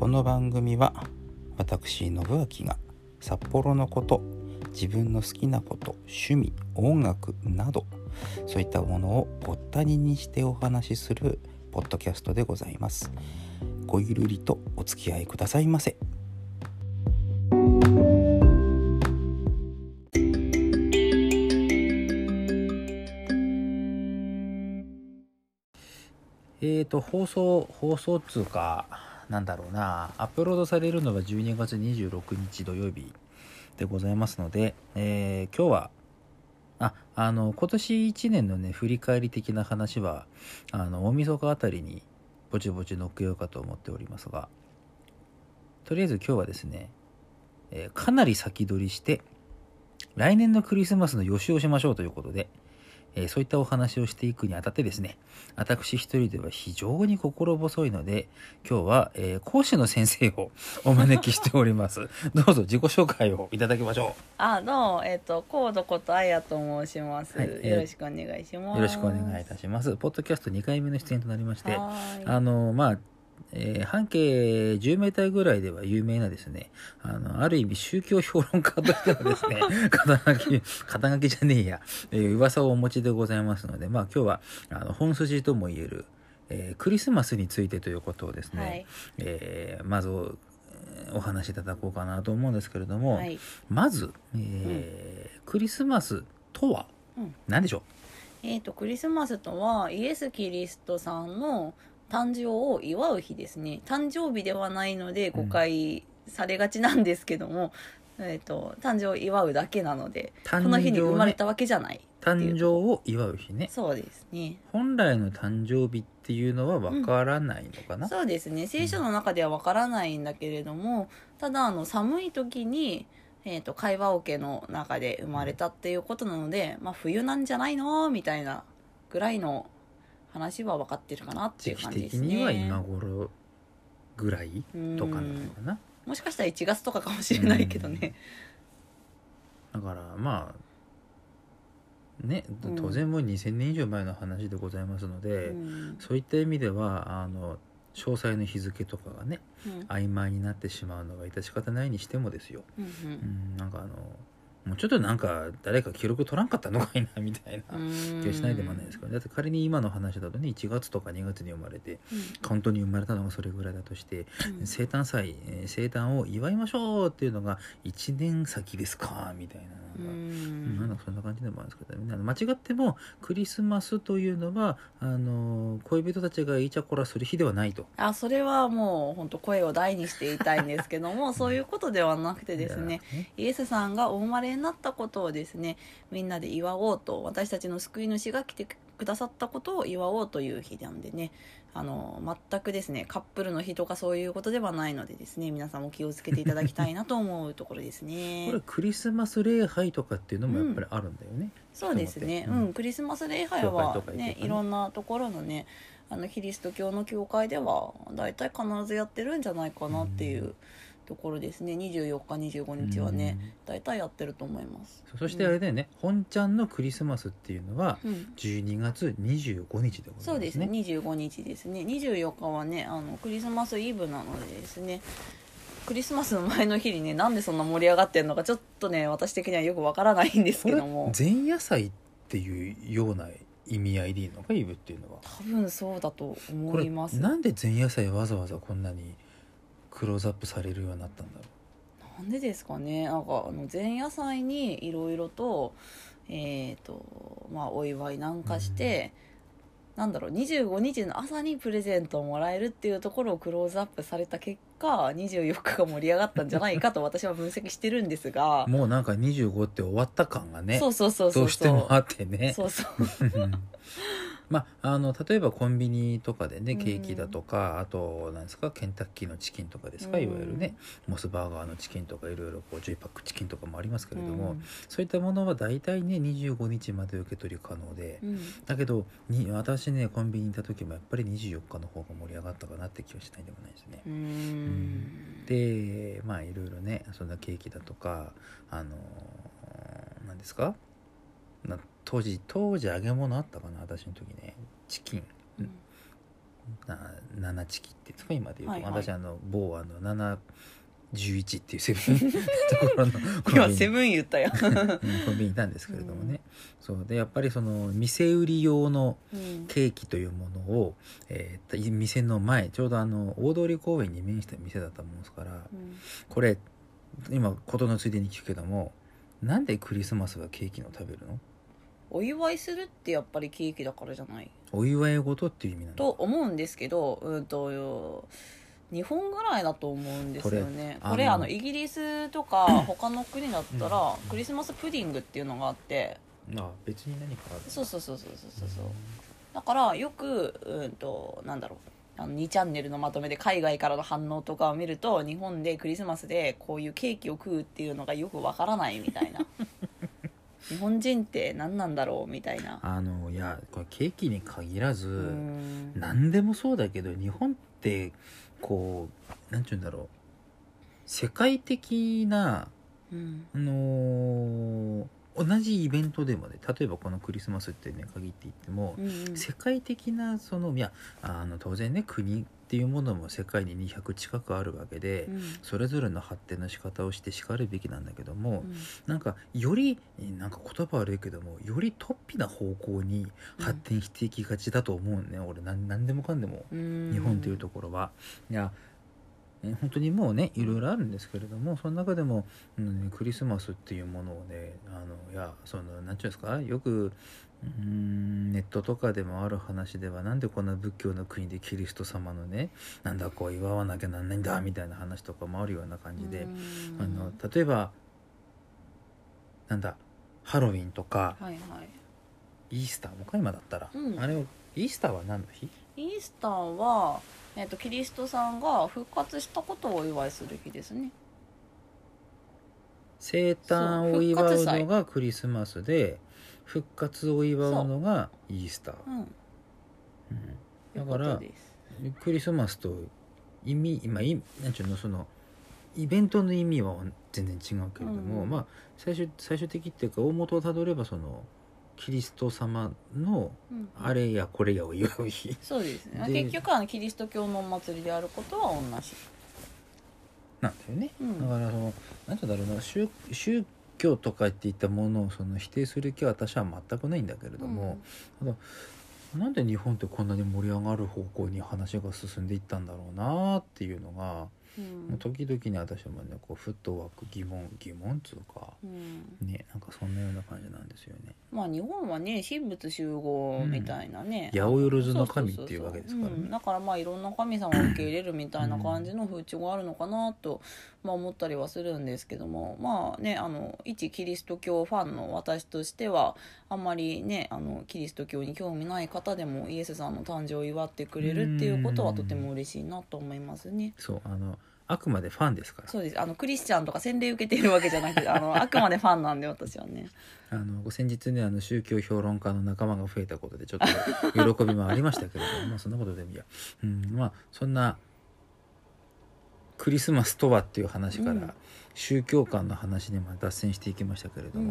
この番組は私信明が札幌のこと、自分の好きなこと、趣味、音楽などそういったものをごったににしてお話しするポッドキャストでございます。ごゆるりとお付き合いくださいませ。放送っつうかなんだろうな、アップロードされるのが12月26日土曜日でございますので、今日は今年1年のね振り返り的な話は大晦日あたりにぼちぼち乗っけようかと思っておりますが、とりあえず今日はですね、かなり先取りして来年のクリスマスの予習をしましょうということで、そういったお話をしていくにあたってですね、私一人では非常に心細いので、今日は、講師の先生をお招きしております。どうぞ自己紹介をいただきましょう。 どうも、コードことあやと申します、 はい。 よろしくお願いします。 よろしくお願いいたします。ポッドキャスト2回目の出演となりまして、半径10メーターぐらいでは有名なですね、ある意味宗教評論家としてのですね、肩書きじゃねえや、噂をお持ちでございますので、今日は本筋とも言える、クリスマスについてということをですね、まずお話しいただこうかなと思うんですけれども、まず、クリスマスとは何でしょう？ クリスマスとはイエス・キリストさんの誕生を祝う日ですね。誕生日ではないので誤解されがちなんですけども、誕生を祝うだけなので、この日に生まれたわけじゃない。 誕生を祝う日ね。 そうですね。 本来の誕生日っていうのはわからないのかな、 そうですね。聖書の中ではわからないんだけれども、ただ寒い時に会話桶の中で生まれたっていうことなので、冬なんじゃないのみたいなぐらいの話は分かってるかなっていう感じですね。 時期的には今頃ぐらいとかなのかな。 もしかしたら1月とかかもしれないけどね。 だからね、当然もう2000年以上前の話でございますので、そういった意味では詳細の日付とかがね、曖昧になってしまうのが致し方ないにしてもですよ、もうちょっと誰か記録取らんかったのかいなみたいな気がしないでもないですけど、だって仮に今の話だとね、1月とか2月に生まれて、本当に生まれたのがそれぐらいだとして、生誕祭、生誕を祝いましょうっていうのが1年先ですかみたいな、そんな感じでもあるんですけど、間違ってもクリスマスというのは恋人たちがイチャコラする日ではないと。 それはもう本当声を大にして言いたいんですけどもそういうことではなくてですね、イエスさんがお生まれになったことをですね、みんなで祝おうと、私たちの救い主が来てくださったことを祝おうという日なんでね、全くですねカップルの日とかそういうことではないのでですね、皆さんも気をつけていただきたいなと思うところですね。 これクリスマス礼拝とかっていうのもやっぱりあるんだよね、 そうですね、クリスマス礼拝はね、いろんなところのねキリスト教の教会ではだいたい必ずやってるんじゃないかなっていうところですね。24日25日はねだいたいやってると思います。 そしてあれだよね、本ちゃんのクリスマスっていうのは12月25日でございますね。 そうですね、25日ですね。24日はねクリスマスイブなのでですね、クリスマスの前の日にね、なんでそんな盛り上がってるのかちょっとね私的にはよくわからないんですけども、 前夜祭っていうような意味合いでいいのか、イブっていうのは。 多分そうだと思います。 なんで前夜祭わざわざこんなにクローズアップされるようになったんだろう。なんでですかね。前夜祭にいろいろとお祝いなんかして、25日の朝にプレゼントをもらえるっていうところをクローズアップされた結果、24日が盛り上がったんじゃないかと私は分析してるんですがもう25って終わった感がね、 そうどうしてもあってね。例えばコンビニとかでね、ケーキだとか、あと何ですか、ケンタッキーのチキンとかですか、いわゆるねモスバーガーのチキンとかいろいろジョイパックチキンとかもありますけれども、そういったものは大体ね25日まで受け取り可能で、だけど私ねコンビニにいた時もやっぱり24日の方が盛り上がったかなって気はしないでもないですね。でいろいろね、そんなケーキだとか何ですか、当時揚げ物あったかな、私の時ね、チキン、 7チキっていうんですか今で言うと、 はいはい私某711っていうセブンところのコンビニ今セブン言ったよ、 コンビニにいたんですけれどもね、そうでやっぱりその店売り用のケーキというものを、店の前ちょうど大通公園に面した店だったもんですから、これ今事のついでに聞くけども、なんでクリスマスはケーキの食べるの？ お祝いするってやっぱりケーキだからじゃないお祝い事っていう意味なのと思うんですけど、日本ぐらいだと思うんですよね。これイギリスとか他の国だったらクリスマスプディングっていうのがあって、 別に何かある。 そうだからよくなんだろう、2チャンネルのまとめで海外からの反応とかを見ると、日本でクリスマスでこういうケーキを食うっていうのがよくわからないみたいな日本人って何なんだろうみたいな。 いやこれケーキに限らず何でもそうだけど、日本ってこうなんていうんだろう、世界的な、同じイベントでもね、例えばこのクリスマスってね限って言っても、世界的な当然ね国っていうものも世界に200近くあるわけで、それぞれの発展の仕方をしてしかるべきなんだけども、なんかよりなんか言葉悪いけどもより突飛な方向に発展していきがちだと思うね、俺何でもかんでも、日本というところは。いや本当にもうねいろいろあるんですけれども、その中でも、クリスマスっていうものをねなんていうんですか、よくネットとかでもある話では、なんでこんな仏教の国でキリスト様のねなんだこう祝わなきゃなんないんだみたいな話とかもあるような感じで、例えばなんだハロウィンとか、イースターもか今だったら、あれをイースターは何の日？ イースターは、キリストさんが復活したことをお祝いする日ですね。 生誕を祝うのがクリスマスで、復活を祝うのがイースター、だからクリスマスと意味なんちゅうの、そのイベントの意味は全然違うけれども、最終的っていうか大元をたどればそのキリスト様のあれやこれやを祝う日、 そうですね。結局はキリスト教のお祭りであることは同じなんだよね、だからなんて言うんだろうな、宗教とかっていったものを否定する気は私は全くないんだけれども、なんで日本ってこんなに盛り上がる方向に話が進んでいったんだろうなっていうのが、時々に私もねこうふっと湧く疑問つうか、ね、なんかそんなような感じなんですよね。 日本はね神仏集合みたいなね、 八百万の神っていうわけですからね。 だからいろんな神様を受け入れるみたいな感じの風潮があるのかなと、思ったりはするんですけども、一キリスト教ファンの私としてはあんまりねキリスト教に興味ない方でもイエスさんの誕生を祝ってくれるっていうことはとても嬉しいなと思いますね。 そうあくまでファンですから。 そうです。クリスチャンとか洗礼受けているわけじゃなくてあくまでファンなんで私はね。 先日ね宗教評論家の仲間が増えたことでちょっと喜びもありましたけれどもそんなことでもいいや、そんなクリスマスとはっていう話から、宗教観の話に脱線していきましたけれども、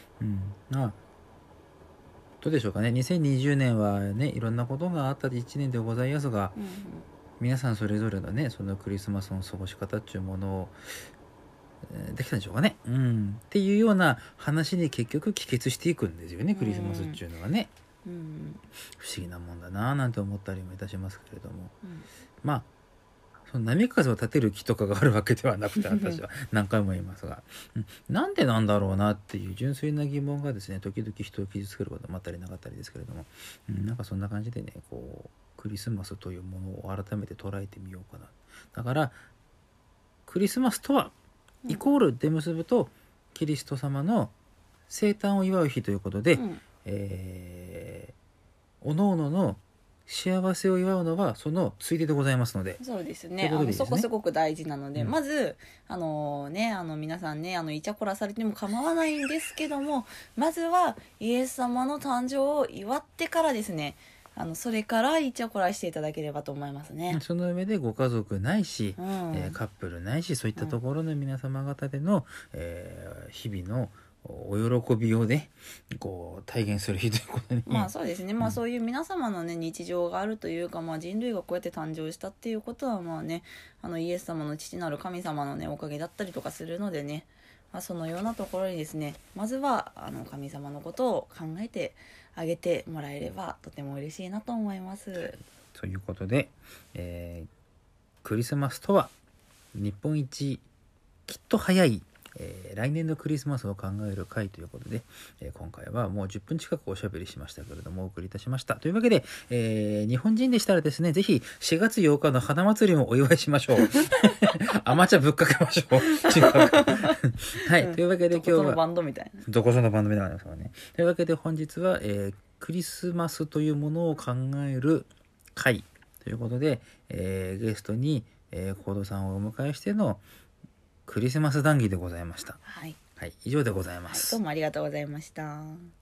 どうでしょうかね。2020年はねいろんなことがあった1年でございますが、皆さんそれぞれのねそのクリスマスの過ごし方っていうものを、できたんでしょうかね、っていうような話に結局帰結していくんですよね、クリスマスっていうのはね、不思議なもんだななんて思ったりもいたしますけれども、その波風を立てる気とかがあるわけではなくて私は何回も言いますが、なんでなんだろうなっていう純粋な疑問がですね時々人を傷つけることもあったりなかったりですけれども、なんかそんな感じでねこうクリスマスというものを改めて捉えてみようかな。だからクリスマスとはイコールで結ぶとキリスト様の生誕を祝う日ということで、おのおのの幸せを祝うのはそのついででございますので。 そうですね。そこすごく大事なので、まず皆さんねイチャコラされても構わないんですけども、まずはイエス様の誕生を祝ってからですね、それからイチャコラしていただければと思いますね。 その上でご家族ないし、カップルないし、そういったところの皆様方での、日々のお喜びをねこう体現する日ということに、 まあそうですね、そういう皆様のね日常があるというか、人類がこうやって誕生したっていうことはイエス様の父なる神様のねおかげだったりとかするのでね、そのようなところにですね、まずは神様のことを考えてあげてもらえればとても嬉しいなと思います。 ということで、クリスマスとは日本一きっと早い、来年のクリスマスを考える会ということで、今回はもう10分近くおしゃべりしましたけれどもお送りいたしました。というわけで、日本人でしたらですね、ぜひ4月8日の花祭りもお祝いしましょう。甘茶ぶっかけましょう。はい、というわけで今日はどこそのバンドみたいな。 どこそのバンドみたいなですからね。というわけで本日は、クリスマスというものを考える会ということで、ゲストにコードさんをお迎えしてのクリスマス談義でございました。 はい、 はい、以上でございます。 どうもありがとうございました。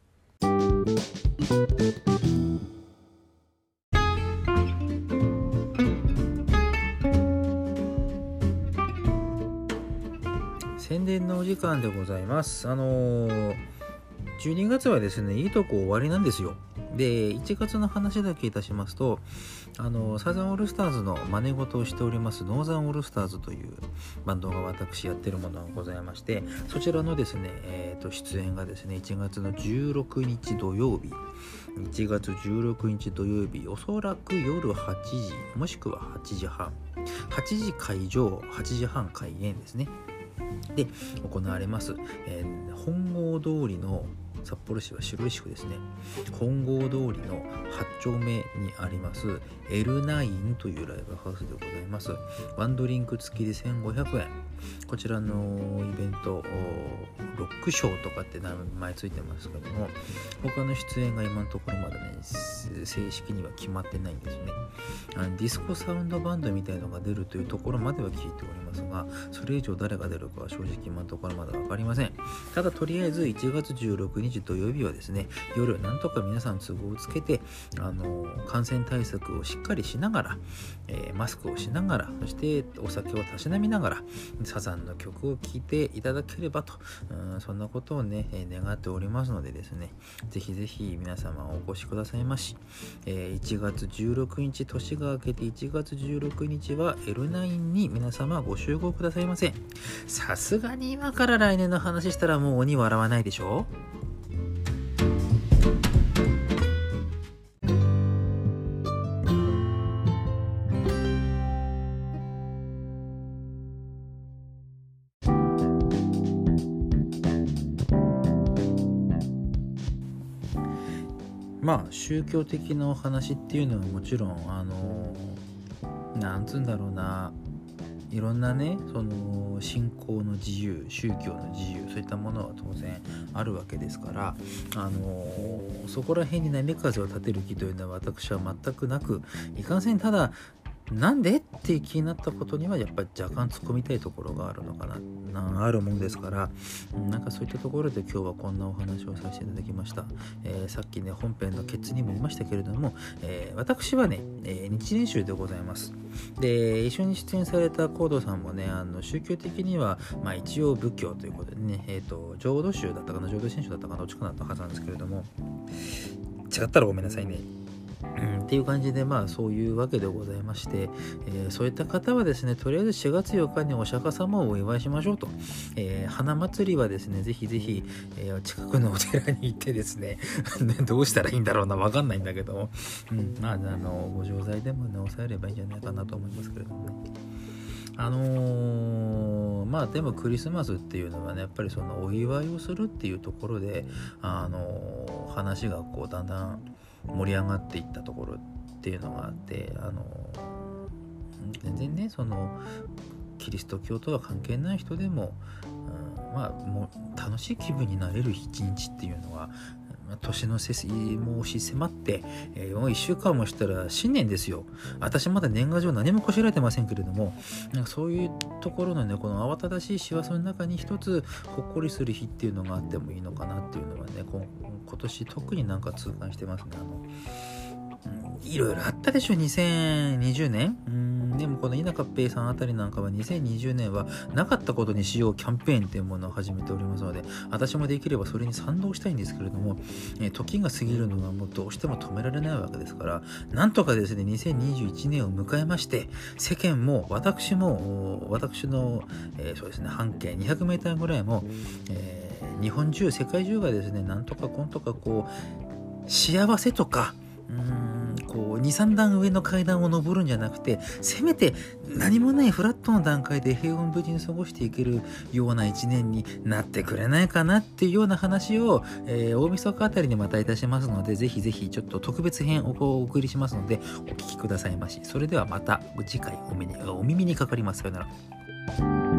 宣伝のお時間でございます。12月はですねいいとこ終わりなんですよ。で1月の話だけいたしますとサザンオールスターズの真似事をしておりますノーザンオールスターズというバンドが私やってるものがございまして、そちらのですね、出演がですね1月の16日土曜日1月16日土曜日おそらく夜8時もしくは8時半8時会場8時半開演ですねで行われます、本郷通りの札幌市は白石区ですね。本郷通りの8丁目にあります L9 というライブハウスでございます。ワンドリンク付きで1500円。こちらのイベントロックショーとかって名前ついてますけども、他の出演が今のところまだね正式には決まってないんですね。ディスコサウンドバンドみたいのが出るというところまでは聞いておりますが、それ以上誰が出るかは正直今のところまだ分かりません。ただとりあえず1月16日土曜日はですね、夜なんとか皆さん都合をつけて感染対策をしっかりしながら、マスクをしながら、そしてお酒をたしなみながらサザンの曲を聴いていただければと、そんなことをね、願っておりますのでですね、ぜひぜひ皆様お越しくださいまし。1月16日年が明けて1月16日は L9 に皆様ご集合くださいませ。さすがに今から来年の話したらもう鬼笑わないでしょ。宗教的なお話っていうのはもちろんなんつうんだろうな、いろんなねその信仰の自由、宗教の自由、そういったものは当然あるわけですから、そこら辺に波風を立てる気というのは私は全くなく、いかんせんただなんでって気になったことにはやっぱり若干突っ込みたいところがあるのかな、あるもんですから、なんかそういったところで今日はこんなお話をさせていただきました。さっきね本編のケツにも言いましたけれども、私はね、日蓮宗でございます。で一緒に出演されたコードさんもね宗教的には一応仏教ということでね、浄土宗だったかな、浄土真宗だったかな、どっちかなったはずなんですけれども、違ったらごめんなさいね。っていう感じでそういうわけでございまして、そういった方はですねとりあえず4月4日にお釈迦様をお祝いしましょうと、花祭りはですねぜひぜひ、近くのお寺に行ってですねどうしたらいいんだろうな、わかんないんだけども、ご錠剤でもね抑えればいいんじゃないかなと思いますけれどもね。でもクリスマスっていうのはねやっぱりそのお祝いをするっていうところで話がこうだんだん盛り上がっていったところっていうのがあって、全然ねそのキリスト教とは関係ない人でも、もう楽しい気分になれる一日っていうのは年の瀬も押し迫って、もう1週間もしたら新年ですよ。私まだ年賀状何もこしらえてませんけれども、そういうところのねこの慌ただしい師走の中に一つほっこりする日っていうのがあってもいいのかなっていうのはね今年特になんか痛感してますね。いろいろあったでしょ2020年ね、もうこの稲勝平さんあたりなんかは2020年はなかったことにしようキャンペーンっていうものを始めておりますので、私もできればそれに賛同したいんですけれども、時が過ぎるのはもうどうしても止められないわけですから、なんとかですね2021年を迎えまして、世間も私も私の、そうですね半径 200m ぐらいも、日本中世界中がですねなんとかこんとかこう幸せとかこう 2,3 段上の階段を上るんじゃなくて、せめて何もないフラットの段階で平穏無事に過ごしていけるような一年になってくれないかなっていうような話を、大晦日あたりにまたいたしますので、ぜひぜひちょっと特別編をお送りしますのでお聞きくださいまし。それではまた次回お耳にかかります。さよなら。